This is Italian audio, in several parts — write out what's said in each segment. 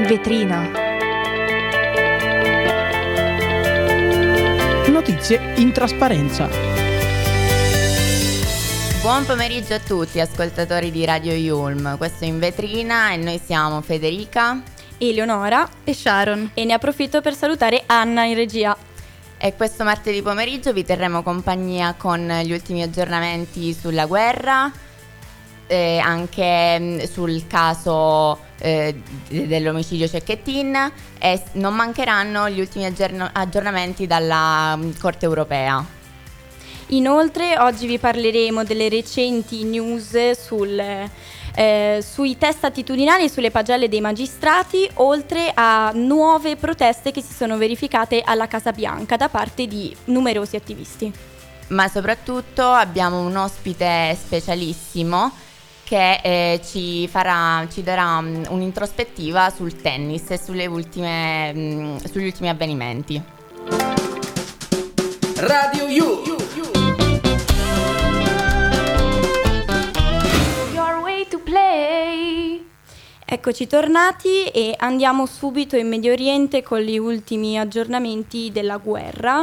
vetrina. Notizie in trasparenza. Buon pomeriggio a tutti ascoltatori di Radio Yulm, questo è In Vetrina e noi siamo Federica, Eleonora e Sharon, e ne approfitto per salutare Anna in regia. e questo martedì pomeriggio vi terremo compagnia con gli ultimi aggiornamenti sulla guerra, anche sul caso dell'omicidio Cecchettin, e non mancheranno gli ultimi aggiornamenti dalla Corte Europea. Inoltre oggi vi parleremo delle recenti news sui test attitudinali e sulle pagelle dei magistrati, oltre a nuove proteste che si sono verificate alla Casa Bianca da parte di numerosi attivisti. Ma soprattutto abbiamo un ospite specialissimo che ci darà un'introspettiva sul tennis e sugli ultimi avvenimenti. Radio You. Your way to play. Eccoci tornati e andiamo subito in Medio Oriente con gli ultimi aggiornamenti della guerra.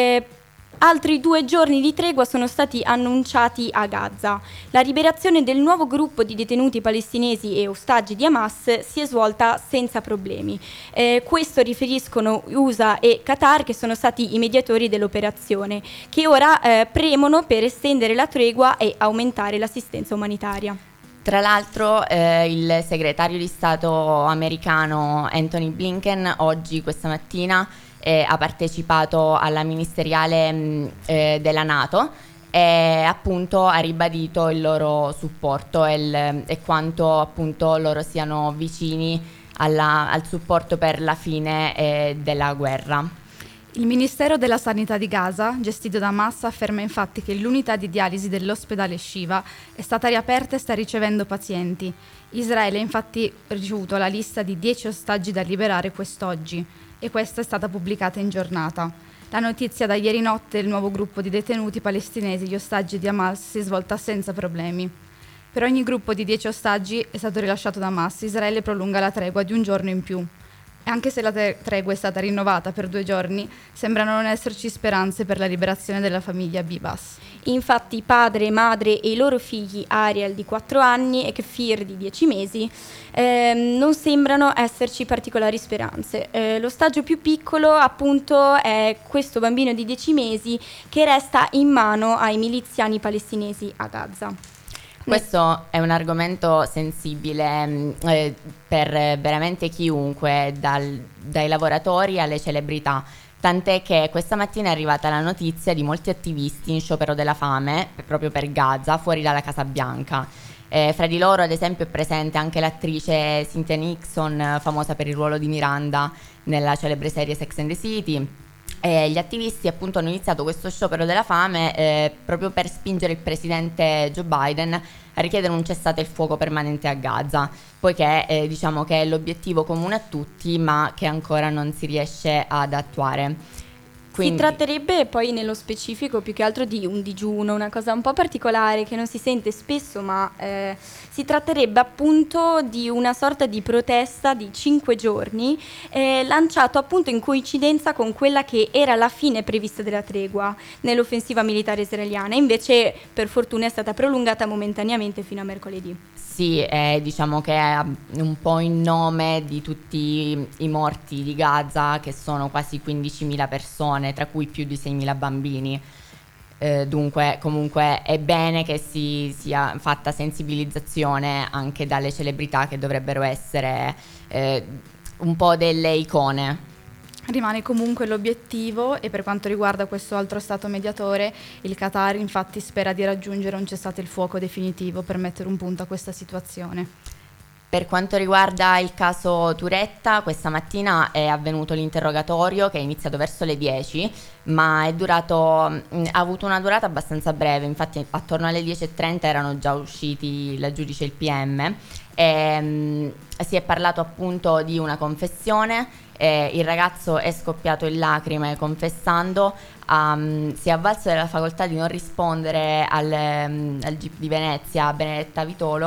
Altri 2 giorni di tregua sono stati annunciati a Gaza. La liberazione del nuovo gruppo di detenuti palestinesi e ostaggi di Hamas si è svolta senza problemi. Questo riferiscono USA e Qatar, che sono stati i mediatori dell'operazione, che ora premono per estendere la tregua e aumentare l'assistenza umanitaria. Tra l'altro il segretario di Stato americano Anthony Blinken questa mattina ha partecipato alla ministeriale della NATO e appunto ha ribadito il loro supporto e quanto appunto loro siano vicini al supporto per la fine della guerra. Il Ministero della Sanità di Gaza, gestito da Hamas, afferma infatti che l'unità di dialisi dell'ospedale Shiva è stata riaperta e sta ricevendo pazienti. Israele ha infatti ricevuto la lista di 10 ostaggi da liberare quest'oggi, e questa è stata pubblicata in giornata. La notizia da ieri notte del nuovo gruppo di detenuti palestinesi, gli ostaggi di Hamas, si è svolta senza problemi. Per ogni gruppo di 10 ostaggi è stato rilasciato da Hamas, Israele prolunga la tregua di un giorno in più. E anche se la tregua è stata rinnovata per 2 giorni, sembrano non esserci speranze per la liberazione della famiglia Bibas. Infatti padre, madre e i loro figli, Ariel di 4 anni e Kefir di 10 mesi, non sembrano esserci particolari speranze. L'ostaggio più piccolo appunto è questo bambino di 10 mesi che resta in mano ai miliziani palestinesi a Gaza. Questo è un argomento sensibile per veramente chiunque, dai lavoratori alle celebrità, tant'è che questa mattina è arrivata la notizia di molti attivisti in sciopero della fame proprio per Gaza, fuori dalla Casa Bianca. Fra di loro ad esempio è presente anche l'attrice Cynthia Nixon, famosa per il ruolo di Miranda nella celebre serie Sex and the City. Gli attivisti appunto hanno iniziato questo sciopero della fame proprio per spingere il presidente Joe Biden a richiedere un cessate il fuoco permanente a Gaza, poiché diciamo che è l'obiettivo comune a tutti ma che ancora non si riesce ad attuare. Quindi, si tratterebbe poi nello specifico più che altro di un digiuno, una cosa un po' particolare che non si sente spesso, ma si tratterebbe appunto di una sorta di protesta di 5 giorni lanciato appunto in coincidenza con quella che era la fine prevista della tregua nell'offensiva militare israeliana, invece per fortuna è stata prolungata momentaneamente fino a mercoledì. Sì, diciamo che è un po' in nome di tutti i morti di Gaza, che sono quasi 15.000 persone, tra cui più di 6.000 bambini. Dunque, comunque è bene che sia fatta sensibilizzazione anche dalle celebrità che dovrebbero essere un po' delle icone. Rimane comunque l'obiettivo, e per quanto riguarda questo altro stato mediatore, il Qatar infatti spera di raggiungere un cessate il fuoco definitivo per mettere un punto a questa situazione. Per quanto riguarda il caso Turetta, questa mattina è avvenuto l'interrogatorio che è iniziato verso le 10, ma ha avuto una durata abbastanza breve, infatti attorno alle 10:30 erano già usciti la giudice e il PM. Si è parlato appunto di una confessione. Il ragazzo è scoppiato in lacrime confessando, si è avvalso della facoltà di non rispondere al GIP di Venezia, Benedetta Vitolo,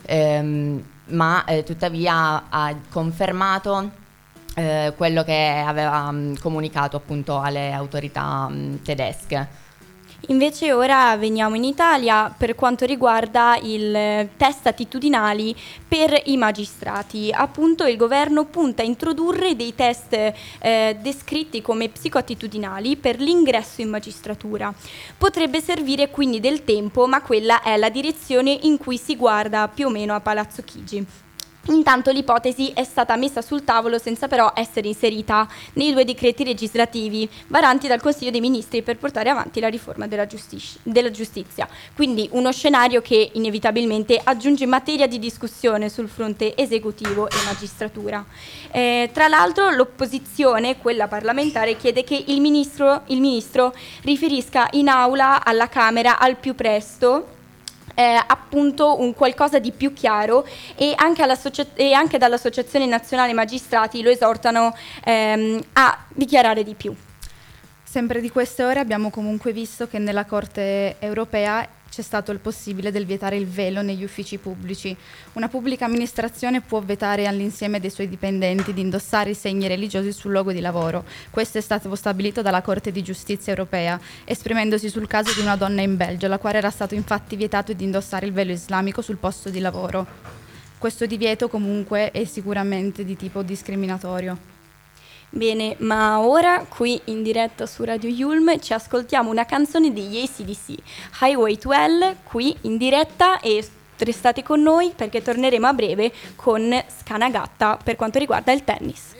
ma tuttavia ha confermato quello che aveva comunicato appunto alle autorità tedesche. Invece ora veniamo in Italia per quanto riguarda il test attitudinali per i magistrati. Appunto il governo punta a introdurre dei test descritti come psicoattitudinali per l'ingresso in magistratura. Potrebbe servire quindi del tempo, ma quella è la direzione in cui si guarda più o meno a Palazzo Chigi. Intanto l'ipotesi è stata messa sul tavolo senza però essere inserita nei 2 decreti legislativi varanti dal Consiglio dei Ministri per portare avanti la riforma della giustizia. Quindi uno scenario che inevitabilmente aggiunge materia di discussione sul fronte esecutivo e magistratura. Tra l'altro l'opposizione, quella parlamentare, chiede che il ministro riferisca in aula alla Camera al più presto appunto un qualcosa di più chiaro, e anche dall'Associazione Nazionale Magistrati lo esortano a dichiarare di più. Sempre di queste ore abbiamo comunque visto che nella Corte europea c'è stato il possibile del vietare il velo negli uffici pubblici. Una pubblica amministrazione può vietare all'insieme dei suoi dipendenti di indossare i segni religiosi sul luogo di lavoro. Questo è stato stabilito dalla Corte di Giustizia europea, esprimendosi sul caso di una donna in Belgio, la quale era stato infatti vietato di indossare il velo islamico sul posto di lavoro. Questo divieto comunque è sicuramente di tipo discriminatorio. Bene, ma ora qui in diretta su Radio Yulm ci ascoltiamo una canzone degli AC/DC, Highway to Hell, qui in diretta, e restate con noi perché torneremo a breve con Scanagatta per quanto riguarda il tennis.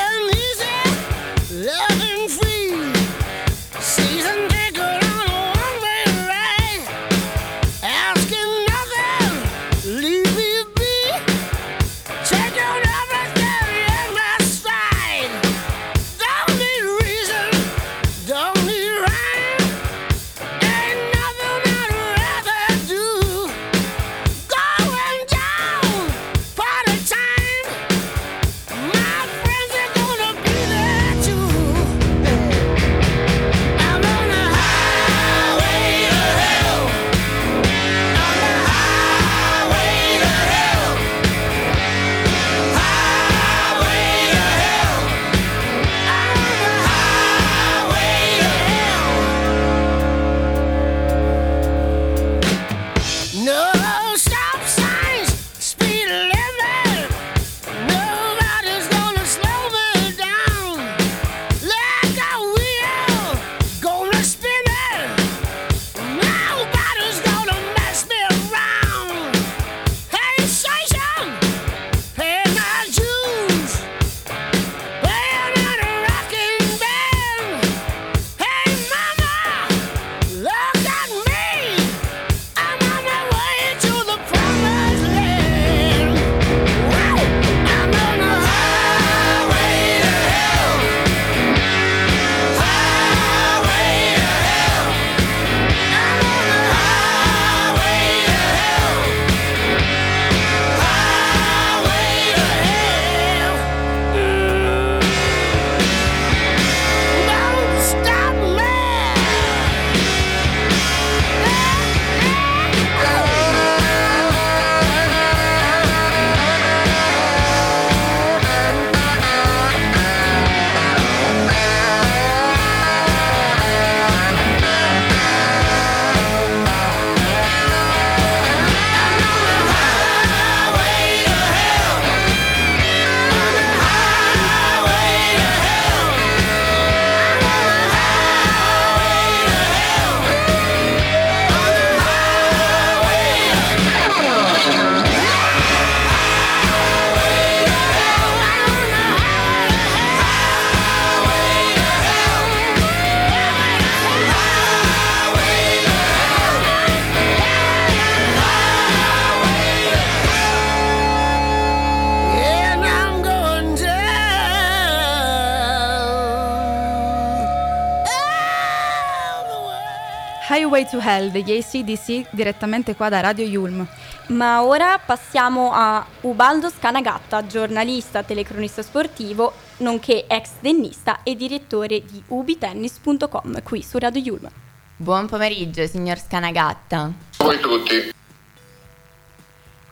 Highway to Hell degli AC/DC direttamente qua da Radio Yulm. Ma ora passiamo a Ubaldo Scanagatta, giornalista, telecronista sportivo, nonché ex tennista e direttore di ubitennis.com, qui su Radio Yulm. Buon pomeriggio, signor Scanagatta. Voi tutti.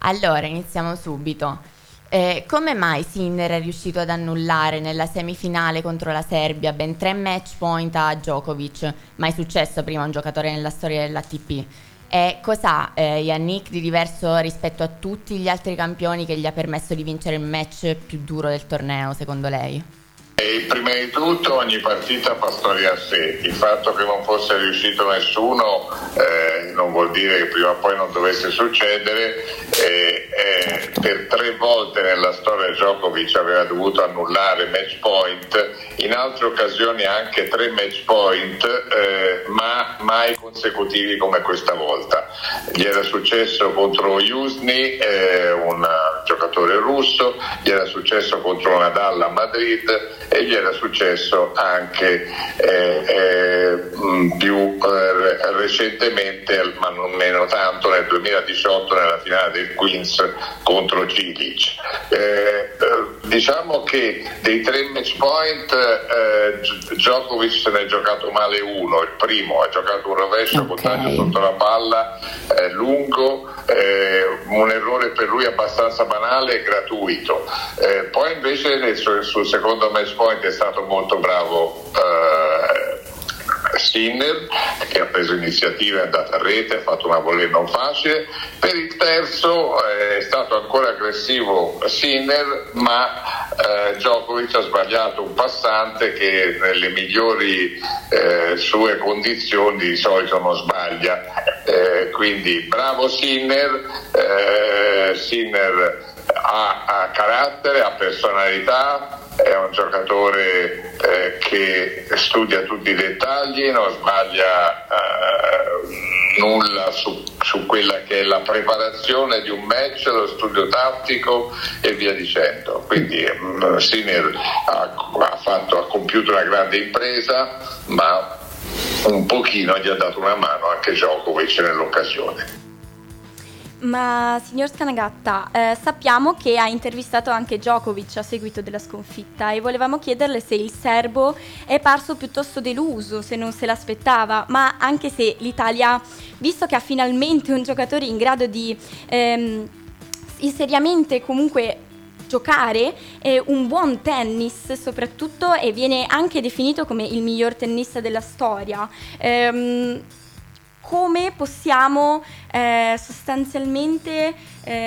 Allora, iniziamo subito. Come mai Sinner è riuscito ad annullare nella semifinale contro la Serbia ben 3 match point a Djokovic? Mai successo prima a un giocatore nella storia dell'ATP. E cos'ha Yannick di diverso rispetto a tutti gli altri campioni che gli ha permesso di vincere il match più duro del torneo, secondo lei? Prima di tutto ogni partita fa storia a sé, il fatto che non fosse riuscito nessuno non vuol dire che prima o poi non dovesse succedere. Per 3 volte nella storia Djokovic aveva dovuto annullare match point, in altre occasioni anche 3 match point, ma mai consecutivi come questa volta. Gli era successo contro Yuzny, un giocatore russo, gli era successo contro Nadal a Madrid e gli era successo anche più recentemente, ma non meno tanto, nel 2018 nella finale del Queens contro Cilic. Diciamo che dei 3 match point Djokovic se ne è giocato male uno. Il primo ha giocato un rovescio con taglio sotto la palla lungo, un errore per lui abbastanza banale e gratuito. Poi invece sul secondo match point è stato molto bravo Sinner, che ha preso iniziativa, è andato a rete, ha fatto una volée non facile. Per il terzo è stato ancora aggressivo Sinner, ma Djokovic ha sbagliato un passante che nelle migliori sue condizioni di solito non sbaglia, quindi bravo Sinner. Sinner ha carattere, ha personalità, è un giocatore che studia tutti i dettagli, non sbaglia nulla su quella che è la preparazione di un match, lo studio tattico e via dicendo. Quindi Sinner ha compiuto una grande impresa, ma un pochino gli ha dato una mano anche Djokovic nell'occasione. Ma signor Scanagatta, sappiamo che ha intervistato anche Djokovic a seguito della sconfitta e volevamo chiederle se il serbo è parso piuttosto deluso, se non se l'aspettava, ma anche se l'Italia, visto che ha finalmente un giocatore in grado di seriamente comunque giocare un buon tennis soprattutto, e viene anche definito come il miglior tennista della storia, come possiamo sostanzialmente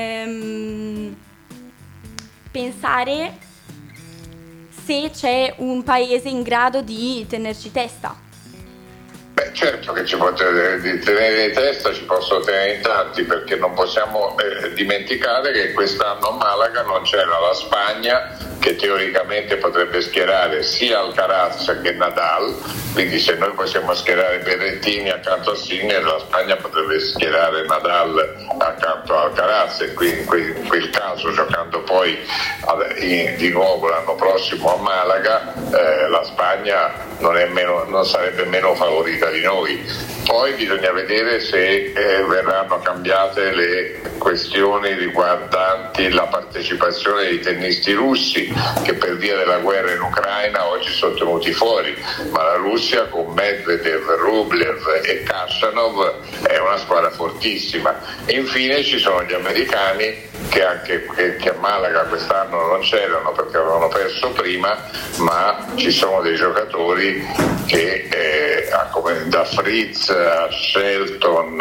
pensare se c'è un paese in grado di tenerci testa? Beh, certo che ci può tenere in testa, ci possono tenere in tanti, perché non possiamo dimenticare che quest'anno a Malaga non c'era la Spagna, che teoricamente potrebbe schierare sia Alcaraz che Nadal, quindi se noi possiamo schierare Berrettini accanto a Sinner, la Spagna potrebbe schierare Nadal accanto a Alcaraz, e quindi in quel caso, giocando poi di nuovo l'anno prossimo a Malaga, la Spagna non sarebbe meno favorita di noi. Poi bisogna vedere se verranno cambiate le questioni riguardanti la partecipazione dei tennisti russi, che per via della guerra in Ucraina oggi sono tenuti fuori, ma la Russia con Medvedev, Rublev e Khachanov è una squadra fortissima. E infine ci sono gli americani che a Malaga quest'anno non c'erano perché avevano perso prima, ma ci sono dei giocatori che come da Fritz a Shelton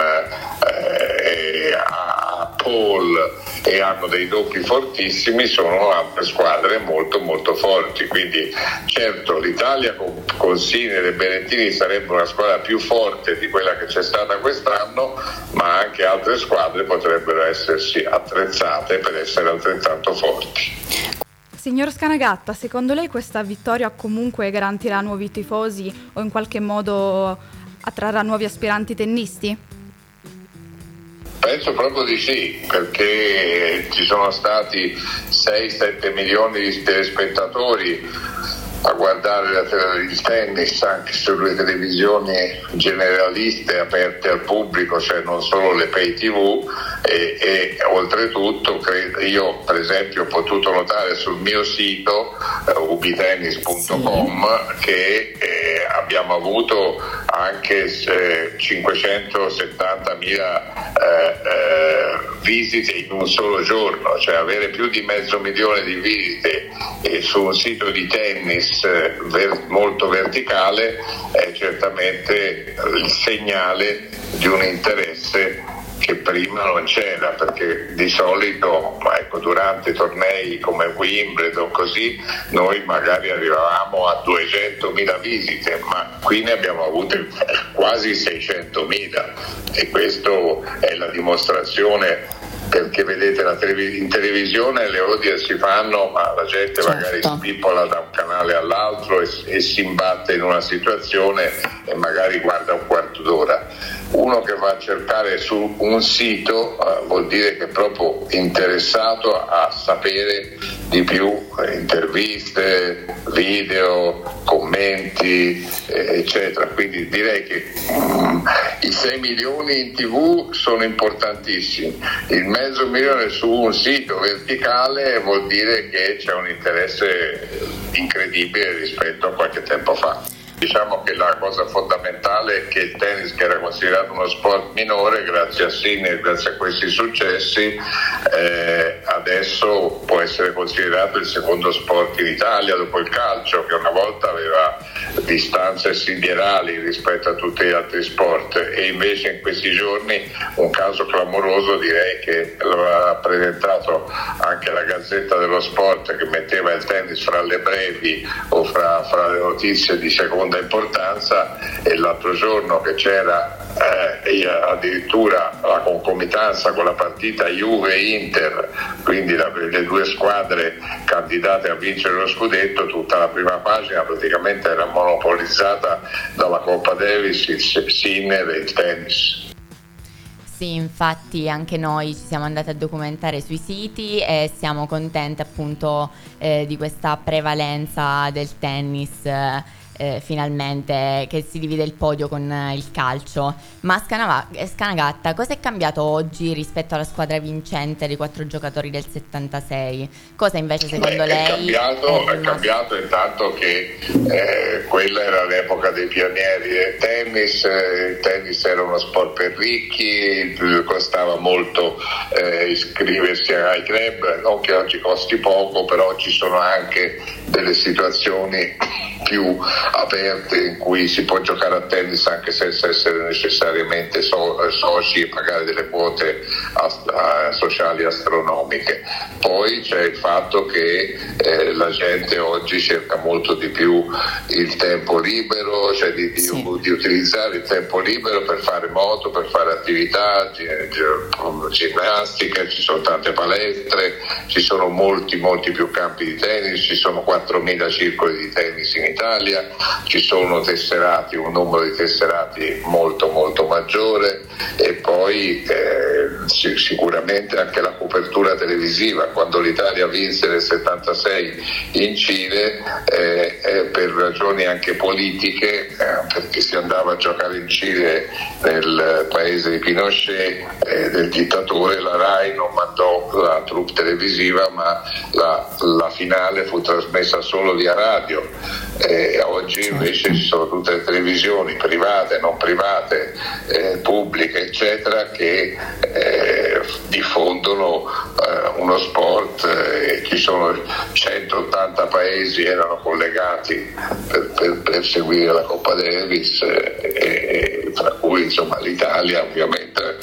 a Paul, e hanno dei doppi fortissimi, sono altre squadre molto molto forti. Quindi certo l'Italia con Sinner e Berrettini sarebbe una squadra più forte di quella che c'è stata quest'anno, ma anche altre squadre potrebbero essersi attrezzate per essere altrettanto forti. Signor Scanagatta, secondo lei questa vittoria comunque garantirà nuovi tifosi o in qualche modo attrarrà nuovi aspiranti tennisti? Penso proprio di sì, perché ci sono stati 6-7 milioni di telespettatori a guardare il tennis anche sulle televisioni generaliste aperte al pubblico, cioè non solo le pay TV, e oltretutto io per esempio ho potuto notare sul mio sito ubitennis.com che abbiamo avuto anche 570.000 visite in un solo giorno, cioè avere più di 500.000 di visite su un sito di tennis molto verticale è certamente il segnale di un interesse che prima non c'era, perché di solito durante tornei come Wimbledon così noi magari arrivavamo a 200.000 visite, ma qui ne abbiamo avute quasi 600.000 e questo è la dimostrazione, perché vedete in televisione le audience si fanno, ma la gente magari spippola da un canale all'altro e si imbatte in una situazione e magari guarda un quarto d'ora. Uno che va a cercare su un sito vuol dire che è proprio interessato a sapere di più, interviste, video, commenti, eccetera. Quindi direi che i 6 milioni in TV sono importantissimi. Il 500.000 su un sito verticale vuol dire che c'è un interesse incredibile rispetto a qualche tempo fa. Diciamo che la cosa fondamentale è che il tennis, che era considerato uno sport minore, grazie a Sinner, grazie a questi successi, adesso può essere considerato il secondo sport in Italia dopo il calcio, che una volta aveva distanze siderali rispetto a tutti gli altri sport, e invece in questi giorni un caso clamoroso, direi che lo ha presentato anche la Gazzetta dello Sport, che metteva il tennis fra le brevi o fra le notizie di seconda importanza, e l'altro giorno che c'era addirittura la concomitanza con la partita Juve-Inter, quindi le due squadre candidate a vincere lo scudetto, tutta la prima pagina praticamente era monopolizzata dalla Coppa Davis, il Sinner e il tennis. Sì, infatti anche noi ci siamo andati a documentare sui siti e siamo contenti appunto di questa prevalenza del tennis. Finalmente, che si divide il podio con il calcio. Ma Scanagatta, cosa è cambiato oggi rispetto alla squadra vincente dei 4 giocatori del 76? Cosa invece secondo lei è cambiato intanto che quella era l'epoca dei pionieri del tennis. Il tennis era uno sport per ricchi, costava molto iscriversi ai club, non che oggi costi poco, però ci sono anche delle situazioni più aperte in cui si può giocare a tennis anche senza essere necessariamente soci e pagare delle quote sociali astronomiche. Poi c'è il fatto che la gente oggi cerca molto di più il tempo libero, cioè di utilizzare il tempo libero per fare moto, per fare attività, ginnastica, ci sono tante palestre, ci sono molti più campi di tennis, ci sono 4.000 circoli di tennis in Italia, ci sono tesserati, un numero di tesserati molto maggiore, e poi sicuramente anche la copertura televisiva. Quando l'Italia vinse nel 76 in Cile, per ragioni anche politiche, perché si andava a giocare in Cile nel paese di Pinochet, del dittatore, la RAI non mandò la troupe televisiva, ma la finale fu trasmessa solo via radio. Oggi invece ci sono tutte le televisioni private, non private, pubbliche eccetera, che diffondono uno sport. Ci sono 180 paesi erano collegati per seguire la Coppa Davis, tra cui insomma l'Italia ovviamente,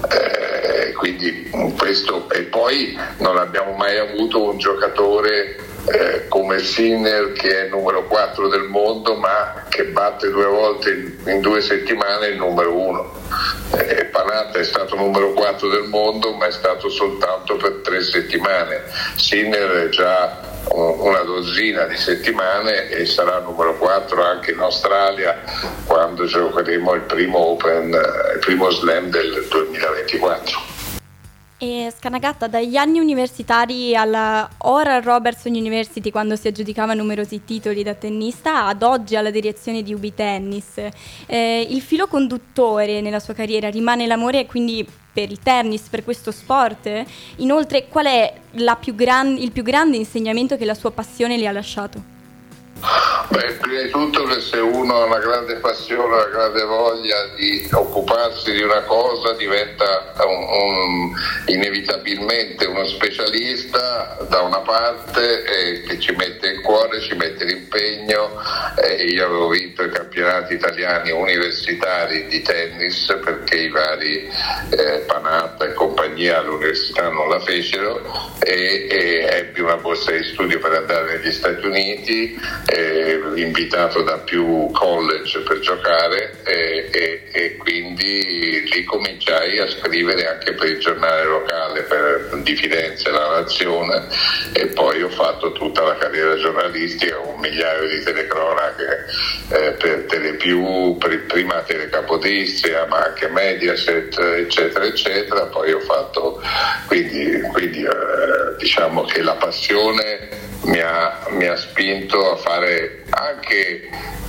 quindi questo. E poi non abbiamo mai avuto un giocatore come Sinner, che è il numero 4 del mondo, ma che batte 2 volte in 2 settimane il numero 1. Panatta è stato numero 4 del mondo, ma è stato soltanto per 3 settimane. Sinner è già una dozzina di settimane e sarà numero 4 anche in Australia quando giocheremo il primo Slam del 2024. E Scanagatta, dagli anni universitari alla Oral Robertson University, quando si aggiudicava numerosi titoli da tennista, ad oggi alla direzione di UB Tennis, il filo conduttore nella sua carriera rimane l'amore quindi per il tennis, per questo sport? Inoltre, qual è il più grande insegnamento che la sua passione le ha lasciato? Beh, prima di tutto che se uno ha una grande passione, una grande voglia di occuparsi di una cosa diventa inevitabilmente uno specialista da una parte che ci mette il cuore, ci mette l'impegno. Io avevo vinto i campionati italiani universitari di tennis perché i vari Panatta e compagnia all'università non la fecero e ebbi una borsa di studio per andare negli Stati Uniti, invitato da più college per giocare e quindi lì cominciai a scrivere anche per il giornale locale di Firenze, La Nazione, e poi ho fatto tutta la carriera giornalistica con migliaia di telecronache per Telepiù, prima Telecapodistria ma anche Mediaset, eccetera eccetera. Poi ho fatto quindi diciamo che la passione mi ha spinto a fare anche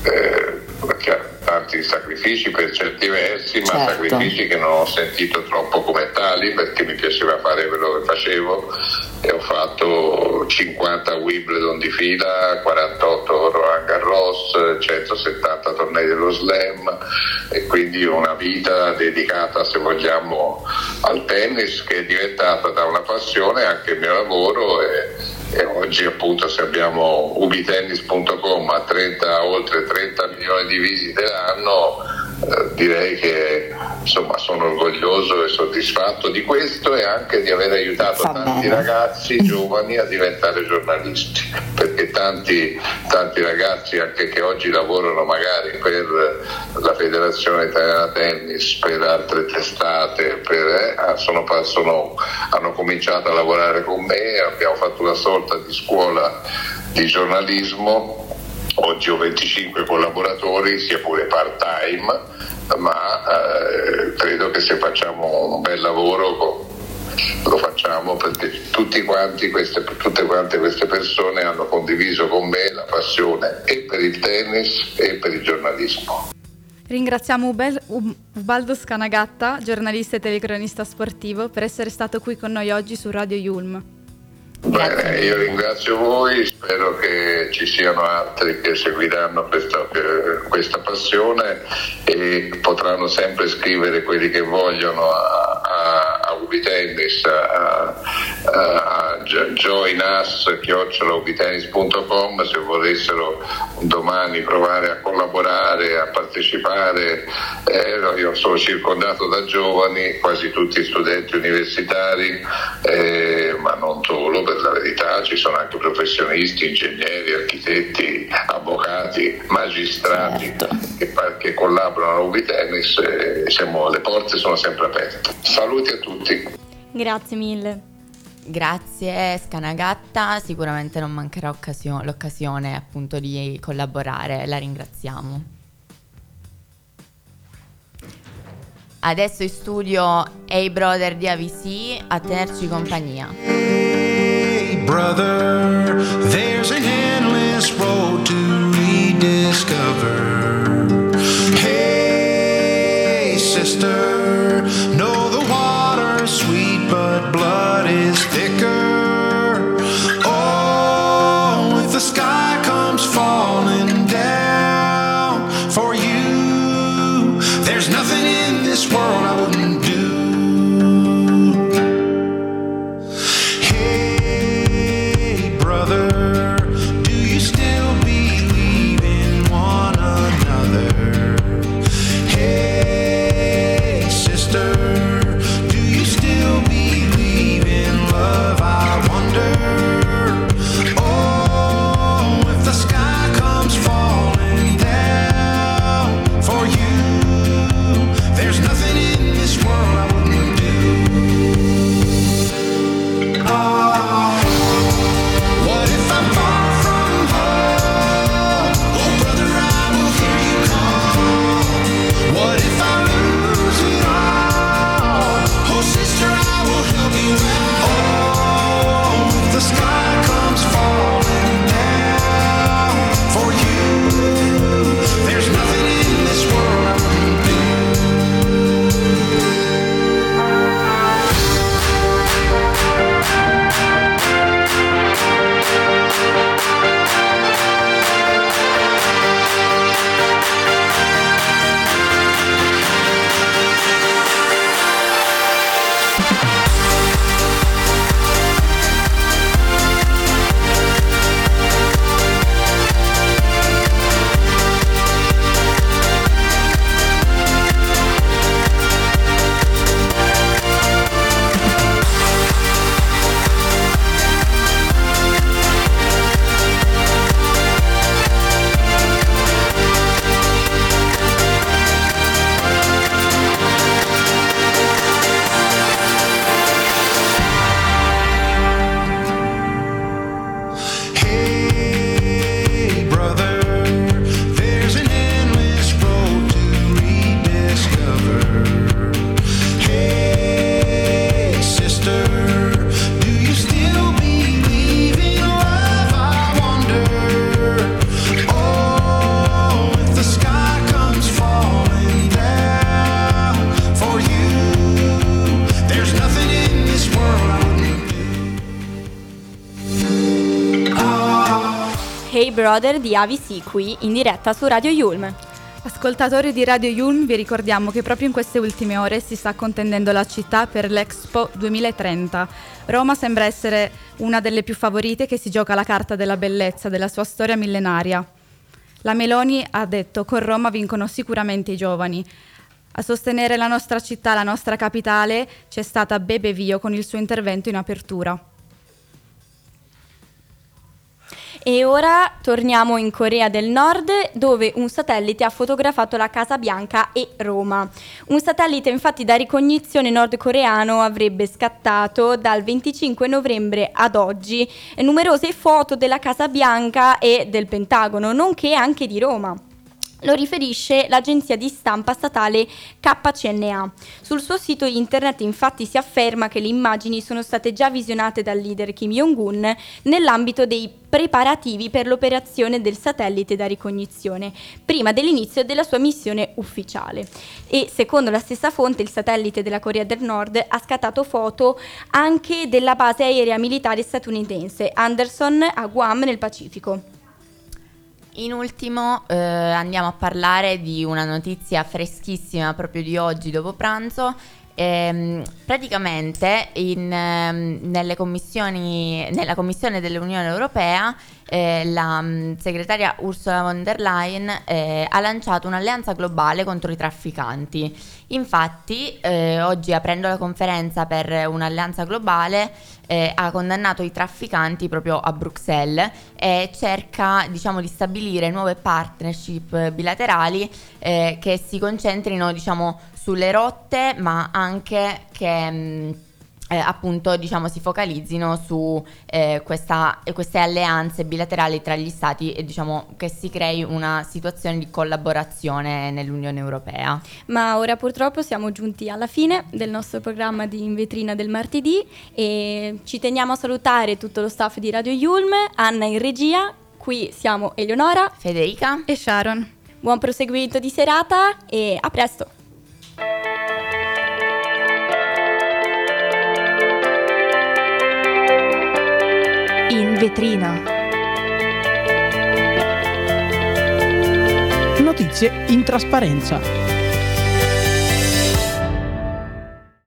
tanti sacrifici per certi versi, ma certo, sacrifici che non ho sentito troppo come tali perché mi piaceva fare quello che facevo e ho fatto 50 Wimbledon di fila, 48 Roland Garros, 170 tornei dello Slam e quindi una vita dedicata, se vogliamo, al tennis che è diventata da una passione anche il mio lavoro e oggi appunto se abbiamo ubitennis.com a oltre 30 milioni di visite l'anno, direi che insomma sono orgoglioso e soddisfatto di questo e anche di aver aiutato tanti ragazzi giovani a diventare giornalisti, perché tanti ragazzi anche che oggi lavorano magari per la Federazione Italiana Tennis, per altre testate, hanno cominciato a lavorare con me, abbiamo fatto una sorta di scuola di giornalismo. Oggi ho 25 collaboratori, sia pure part-time, ma credo che se facciamo un bel lavoro lo facciamo perché tutte quante queste persone hanno condiviso con me la passione e per il tennis e per il giornalismo. Ringraziamo Ubaldo Scanagatta, giornalista e telecronista sportivo, per essere stato qui con noi oggi su Radio Yulm. Bene, io ringrazio voi, spero che ci siano altri che seguiranno questa passione e potranno sempre scrivere quelli che vogliono a ubitennis, a joinus@ubitennis.com se volessero domani provare a collaborare, a partecipare. Io sono circondato da giovani, quasi tutti studenti universitari, ma non solo, per la verità ci sono anche professionisti, ingegneri, architetti, avvocati, magistrati, certo, che collaborano a Ubitennis. Le porte sono sempre aperte. Saluti a tutti. Grazie mille. Grazie Scanagatta, sicuramente non mancherà l'occasione appunto di collaborare, la ringraziamo. Adesso in studio Hey Brother di AVC a tenerci compagnia. Hey brother, there's an endless road to rediscover. Hey sister, know the water's sweet but blood is thicker. Oh, if the sky comes falling down for you, there's nothing in this world I wouldn't do. Hey brother, do you still believe in one another? Hey Brother di AVC qui in diretta su Radio Yulm. Ascoltatori di Radio Yulm, vi ricordiamo che proprio in queste ultime ore si sta contendendo la città per l'Expo 2030. Roma sembra essere una delle più favorite che si gioca la carta della bellezza della sua storia millenaria. La Meloni ha detto: con Roma vincono sicuramente i giovani. A sostenere la nostra città, la nostra capitale, c'è stata Bebe Vio con il suo intervento in apertura. E ora torniamo in Corea del Nord, dove un satellite ha fotografato la Casa Bianca e Roma. Un satellite infatti da ricognizione nordcoreano avrebbe scattato dal 25 novembre ad oggi numerose foto della Casa Bianca e del Pentagono, nonché anche di Roma. Lo riferisce l'agenzia di stampa statale KCNA. Sul suo sito internet infatti si afferma che le immagini sono state già visionate dal leader Kim Jong-un nell'ambito dei preparativi per l'operazione del satellite da ricognizione, prima dell'inizio della sua missione ufficiale. E secondo la stessa fonte il satellite della Corea del Nord ha scattato foto anche della base aerea militare statunitense Anderson a Guam nel Pacifico. In ultimo andiamo a parlare di una notizia freschissima proprio di oggi dopo pranzo. Praticamente nella commissione dell'Unione Europea la segretaria Ursula von der Leyen ha lanciato un'alleanza globale contro i trafficanti. Infatti oggi, aprendo la conferenza per un'alleanza globale, ha condannato i trafficanti proprio a Bruxelles e cerca, diciamo, di stabilire nuove partnership bilaterali che si concentrino, diciamo, sulle rotte, ma anche che appunto, diciamo, si focalizzino su queste alleanze bilaterali tra gli stati e, diciamo, che si crei una situazione di collaborazione nell'Unione Europea. Ma ora purtroppo siamo giunti alla fine del nostro programma di In Vetrina del martedì e ci teniamo a salutare tutto lo staff di Radio Yulm, Anna in regia, qui siamo Eleonora, Federica E Sharon. buon proseguimento di serata e a presto! In vetrina. Notizie in trasparenza.